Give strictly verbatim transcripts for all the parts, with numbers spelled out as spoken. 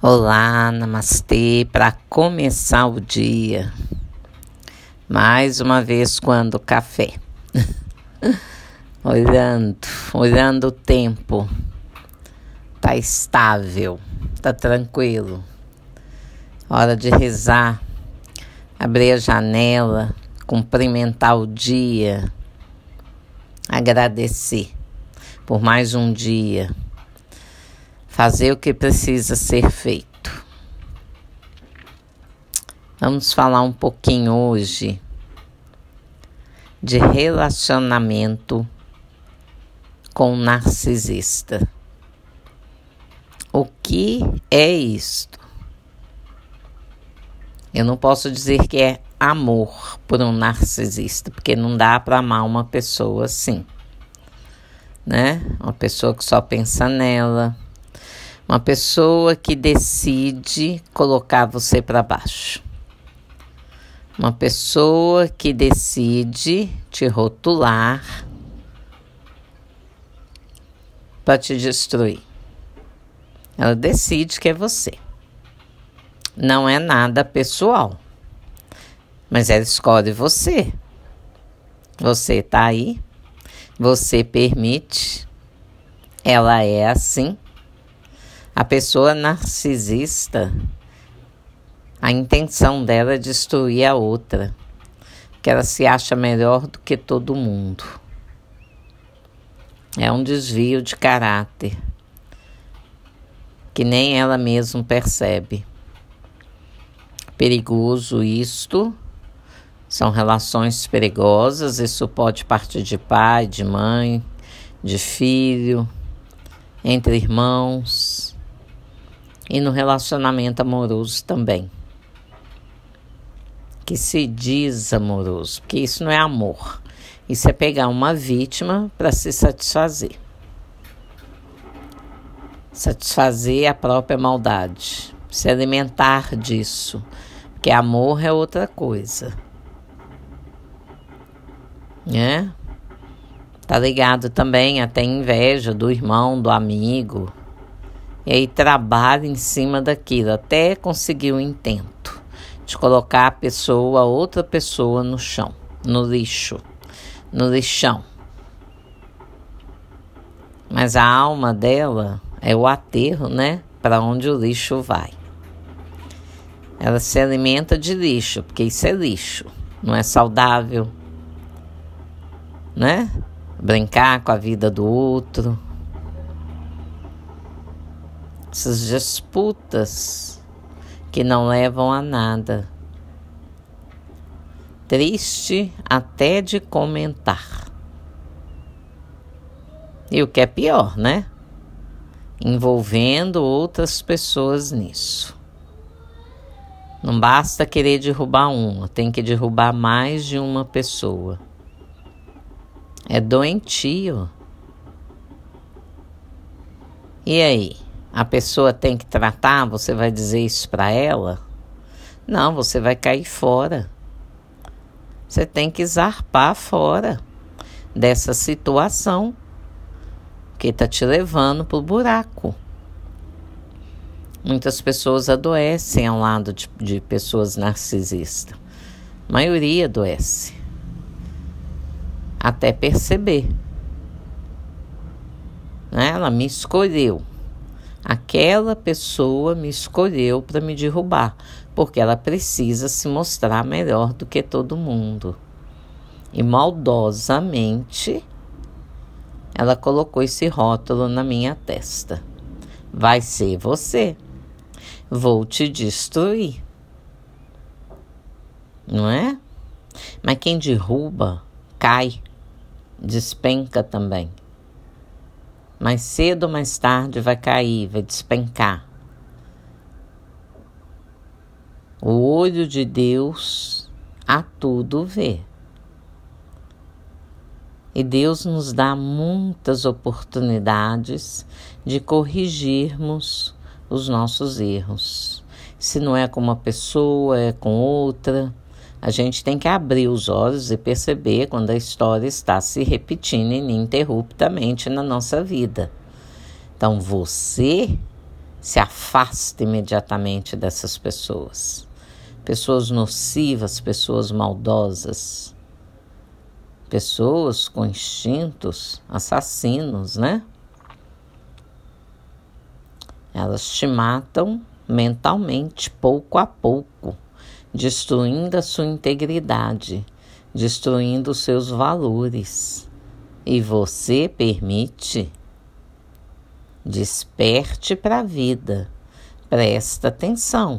Olá, namastê, para começar o dia. Mais uma vez coando café. olhando, olhando o tempo. Tá estável, tá tranquilo. Hora de rezar, abrir a janela, cumprimentar o dia, agradecer por mais um dia. Fazer o que precisa ser feito. Vamos falar um pouquinho hoje de relacionamento com narcisista. O que é isto? Eu não posso dizer que é amor por um narcisista, porque não dá para amar uma pessoa assim, né? Uma pessoa que só pensa nela. Uma pessoa que decide colocar você para baixo. Uma pessoa que decide te rotular para te destruir. Ela decide que é você. Não é nada pessoal. Mas ela escolhe você. Você tá aí. Você permite. Ela é assim. A pessoa narcisista, a intenção dela é destruir a outra, que ela se acha melhor do que todo mundo. É um desvio de caráter, que nem ela mesma percebe. Perigoso isto, são relações perigosas, isso pode partir de pai, de mãe, de filho, entre irmãos. E no relacionamento amoroso também. Que se diz amoroso, porque isso não é amor. Isso é pegar uma vítima para se satisfazer. Satisfazer a própria maldade. Se alimentar disso. Porque amor é outra coisa. Né? Tá ligado também até inveja do irmão, do amigo. E aí trabalha em cima daquilo, até conseguir o intento de colocar a pessoa, outra pessoa no chão, no lixo, no lixão. Mas a alma dela é o aterro, né? Para onde o lixo vai. Ela se alimenta de lixo, porque isso é lixo, não é saudável, né? Brincar com a vida do outro. Essas disputas que não levam a nada. Triste até de comentar. E o que é pior, né? Envolvendo outras pessoas nisso. Não basta querer derrubar uma, tem que derrubar mais de uma pessoa. É doentio. E aí? A pessoa tem que tratar, você vai dizer isso para ela? Não, você vai cair fora. Você tem que zarpar fora dessa situação que está te levando para o buraco. Muitas pessoas adoecem ao lado de, de pessoas narcisistas. A maioria adoece. Até perceber. Né? Ela me escolheu. Aquela pessoa me escolheu para me derrubar, porque ela precisa se mostrar melhor do que todo mundo. E maldosamente, ela colocou esse rótulo na minha testa. Vai ser você. Vou te destruir. Não é? Mas quem derruba, cai, despenca também. Mais cedo ou mais tarde vai cair, vai despencar. O olho de Deus a tudo vê. E Deus nos dá muitas oportunidades de corrigirmos os nossos erros. Se não é com uma pessoa, é com outra. A gente tem que abrir os olhos e perceber quando a história está se repetindo ininterruptamente na nossa vida. Então, você Se afasta imediatamente dessas pessoas. Pessoas nocivas, pessoas maldosas. Pessoas com instintos assassinos, né? Elas te matam mentalmente, pouco a pouco, destruindo a sua integridade, destruindo os seus valores. E você permite? Desperte para a vida. Presta atenção.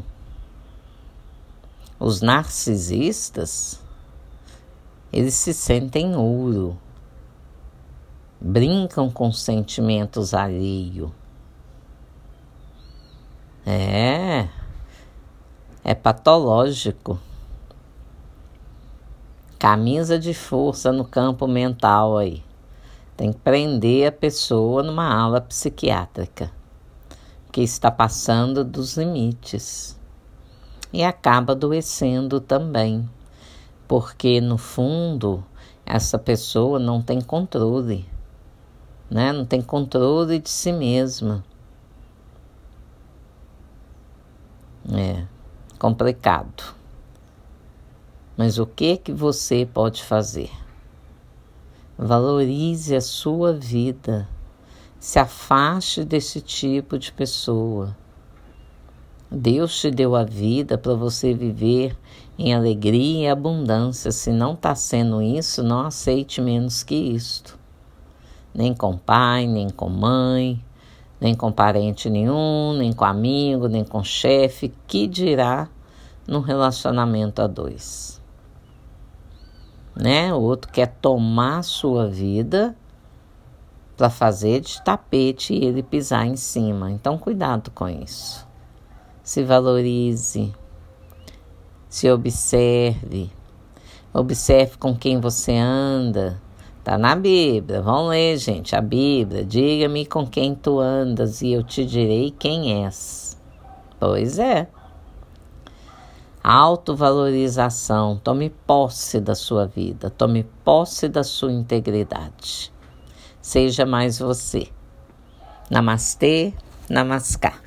Os narcisistas, eles se sentem ouro. Brincam com sentimentos alheios. É, é patológico. Camisa de força no campo mental aí. Tem que prender a pessoa numa ala psiquiátrica, que está passando dos limites. E acaba adoecendo também, porque no fundo essa pessoa não tem controle, né? Não tem controle de si mesma. É complicado. Mas o que que você pode fazer? Valorize a sua vida. Se afaste desse tipo de pessoa. Deus te deu a vida para você viver em alegria e abundância. Se não está sendo isso, não aceite menos que isto. Nem com pai, nem com mãe, nem com parente nenhum, nem com amigo, nem com chefe. Que dirá num relacionamento a dois? Né? O outro quer tomar a sua vida para fazer de tapete e ele pisar em cima. Então, cuidado com isso. Se valorize, se observe, observe com quem você anda. Tá na Bíblia, vamos ler, gente, a Bíblia. Diga-me com quem tu andas e eu te direi quem és. Pois é. Autovalorização, tome posse da sua vida, tome posse da sua integridade. Seja mais você. Namastê, namaskar.